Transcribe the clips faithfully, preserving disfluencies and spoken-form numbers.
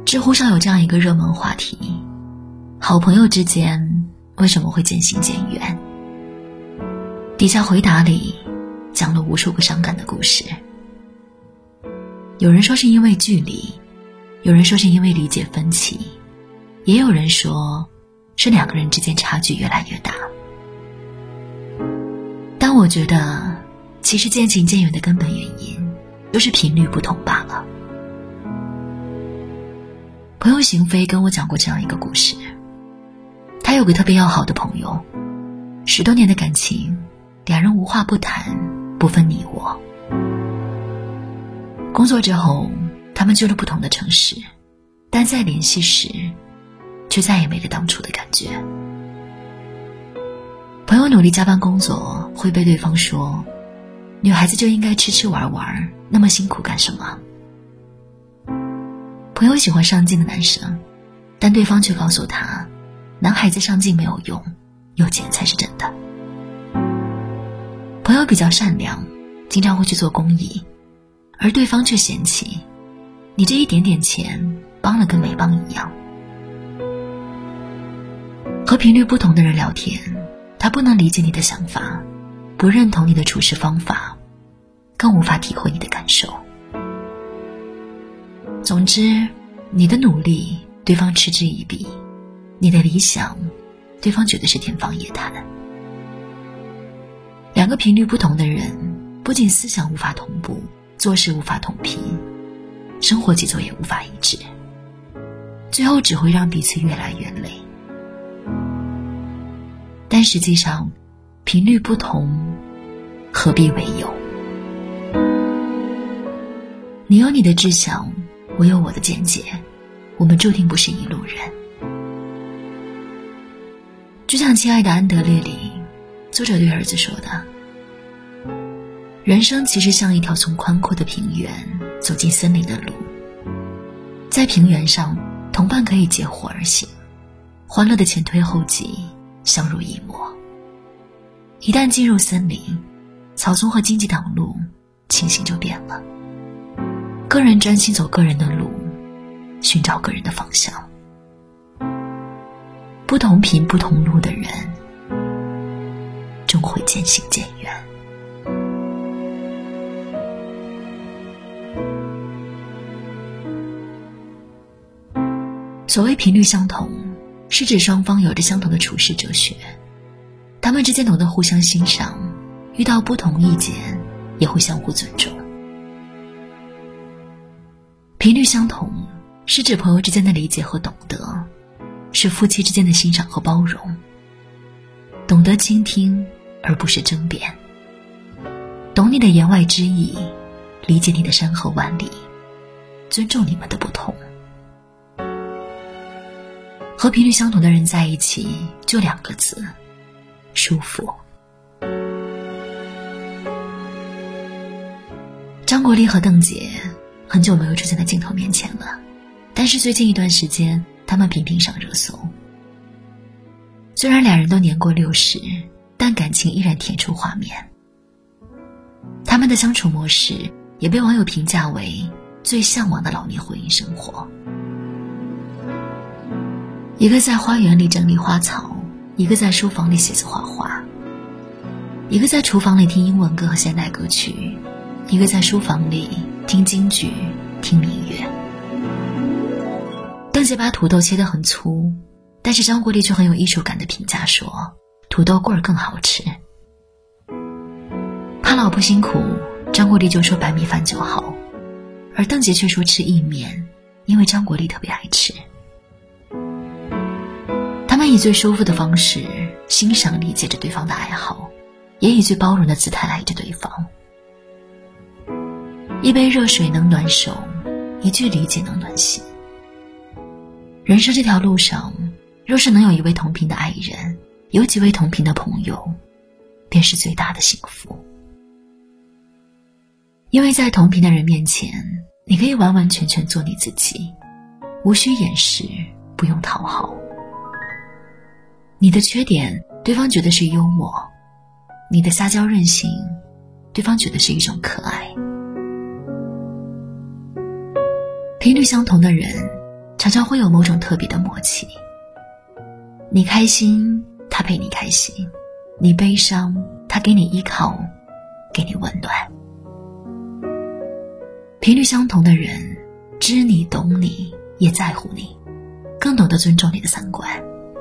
知乎上有这样一个热门话题：好朋友之间为什么会渐行渐远？底下回答里讲了无数个伤感的故事。有人说是因为距离，有人说是因为理解分歧，也有人说是两个人之间差距越来越大。但我觉得其实渐行渐远的根本原因就是频率不同罢了。朋友邢飞跟我讲过这样一个故事，他有个特别要好的朋友，十多年的感情，两人无话不谈，不分你我。工作之后他们去了不同的城市，但在联系时却再也没了当初的感觉。朋友努力加班工作，会被对方说，女孩子就应该吃吃玩玩，那么辛苦干什么？朋友喜欢上进的男生，但对方却告诉他，男孩子上进没有用，有钱才是真的。朋友比较善良，经常会去做公益，而对方却嫌弃，你这一点点钱帮了跟没帮一样。和频率不同的人聊天，他不能理解你的想法，不认同你的处事方法，更无法体会你的感受。总之，你的努力对方嗤之以鼻，你的理想对方觉得是天方夜谭。两个频率不同的人，不仅思想无法同步，做事无法同频，生活节奏也无法一致，最后只会让彼此越来越累。但实际上，频率不同，何必为有？你有你的志向，我有我的见解，我们注定不是一路人。就像《亲爱的安德烈》里，作者对儿子说的，人生其实像一条从宽阔的平原走进森林的路，在平原上，同伴可以结伙而行，欢乐的前推后继，相濡以沫。一旦进入森林，草丛和荆棘挡路，情形就变了。个人专心走个人的路，寻找个人的方向。不同频不同路的人，终会渐行渐远。所谓频率相同，是指双方有着相同的处事哲学，他们之间懂得互相欣赏，遇到不同意见也会相互尊重。频率相同，是指朋友之间的理解和懂得，是夫妻之间的欣赏和包容，懂得倾听而不是争辩，懂你的言外之意，理解你的山河万里，尊重你们的不同。和频率相同的人在一起，就两个字，舒服。张国立和邓婕很久没有出现在镜头面前了，但是最近一段时间他们频频上热搜。虽然两人都年过六十，但感情依然甜出画面。他们的相处模式也被网友评价为最向往的老年婚姻生活。一个在花园里整理花草，一个在书房里写字画画，一个在厨房里听英文歌和现代歌曲，一个在书房里听京剧听民乐。邓婕把土豆切得很粗，但是张国立却很有艺术感的评价说，土豆棍儿更好吃。怕老婆辛苦，张国立就说白米饭就好，而邓婕却说吃意面，因为张国立特别爱吃。他们以最舒服的方式欣赏理解着对方的爱好，也以最包容的姿态爱着对方。一杯热水能暖手，一句理解能暖心。人生这条路上，若是能有一位同频的爱人，有几位同频的朋友，便是最大的幸福。因为在同频的人面前，你可以完完全全做你自己，无需掩饰，不用讨好。你的缺点，对方觉得是幽默；你的撒娇任性，对方觉得是一种可爱。频率相同的人， 常常会有某种特别的默契。你开心，他陪你开心；你悲伤，他给你依靠，给你温暖。频率相同的人，知你懂你，也在乎你，更懂得尊重你的三观。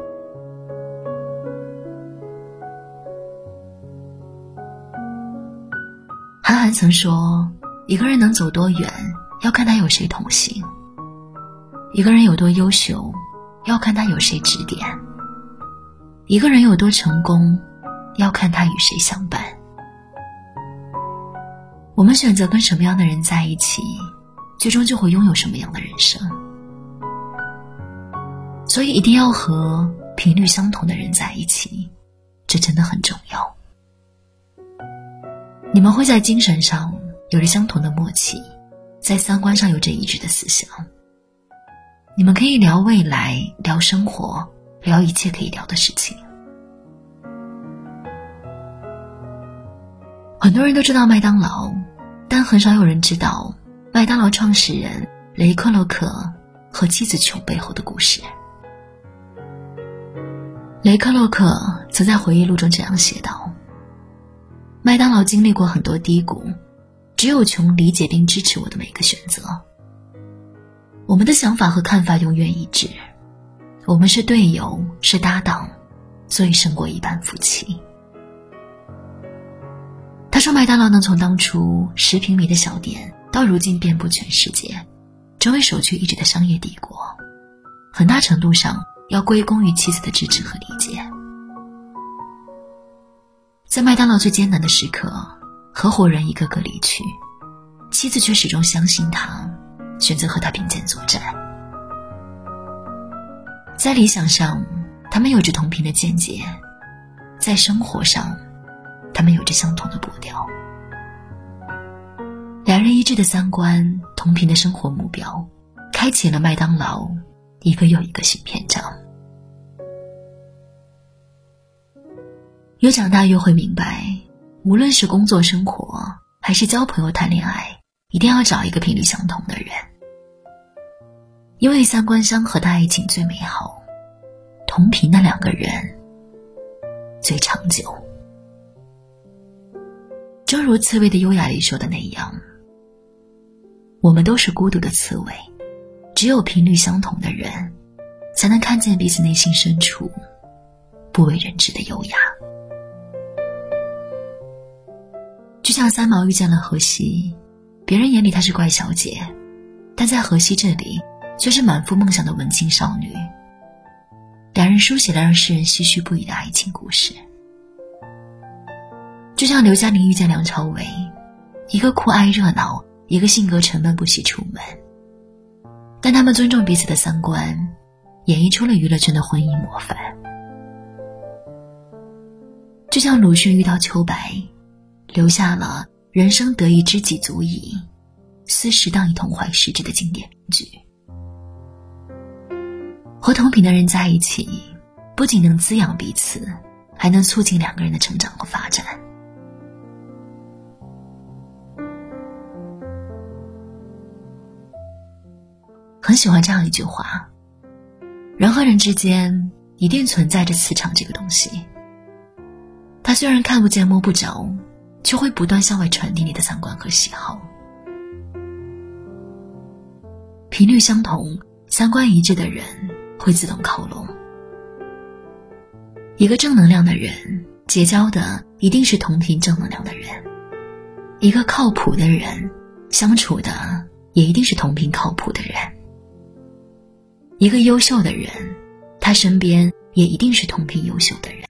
韩寒曾说，一个人能走多远，要看他有谁同行；一个人有多优秀，要看他有谁指点；一个人有多成功，要看他与谁相伴。我们选择跟什么样的人在一起，最终就会拥有什么样的人生。所以一定要和频率相同的人在一起，这真的很重要。你们会在精神上有着相同的默契，在三观上有着一致的思想。你们可以聊未来，聊生活，聊一切可以聊的事情。很多人都知道麦当劳，但很少有人知道麦当劳创始人雷克洛克和妻子琼背后的故事。雷克洛克曾在回忆录中这样写道，麦当劳经历过很多低谷，只有琼理解并支持我的每个选择。我们的想法和看法永远一致，我们是队友，是搭档，所以胜过一般夫妻。他说麦当劳能从当初十平米的小店到如今遍布全世界，成为首屈一指的商业帝国，很大程度上要归功于妻子的支持和理解。在麦当劳最艰难的时刻，合伙人一个个离去，妻子却始终相信他，选择和他并肩作战。在理想上，他们有着同频的见解；在生活上，他们有着相同的步调。两人一致的三观，同频的生活目标，开启了麦当劳一个又一个新篇章。越长大越会明白，无论是工作生活还是交朋友谈恋爱，一定要找一个频率相同的人，因为三观相合的爱情最美好，同频的两个人最长久。正如刺猬的优雅里说的那样，我们都是孤独的刺猬，只有频率相同的人，才能看见彼此内心深处不为人知的优雅。就像三毛遇见了荷西，别人眼里她是怪小姐，但在荷西这里却是满腹梦想的文青少女。两人书写了让世人唏嘘不已的爱情故事。就像刘嘉玲遇见梁朝伟，一个酷爱热闹，一个性格沉闷不喜出门，但他们尊重彼此的三观，演绎出了娱乐圈的婚姻模范。就像鲁迅遇到秋白，留下了人生得一知己足矣，斯时当以同怀失之的经典名句。和同频的人在一起，不仅能滋养彼此，还能促进两个人的成长和发展。很喜欢这样一句话，人和人之间一定存在着磁场这个东西，它虽然看不见摸不着，却会不断向外传递你的三观和喜好。频率相同，三观一致的人会自动靠拢。一个正能量的人结交的一定是同频正能量的人，一个靠谱的人相处的也一定是同频靠谱的人，一个优秀的人他身边也一定是同频优秀的人。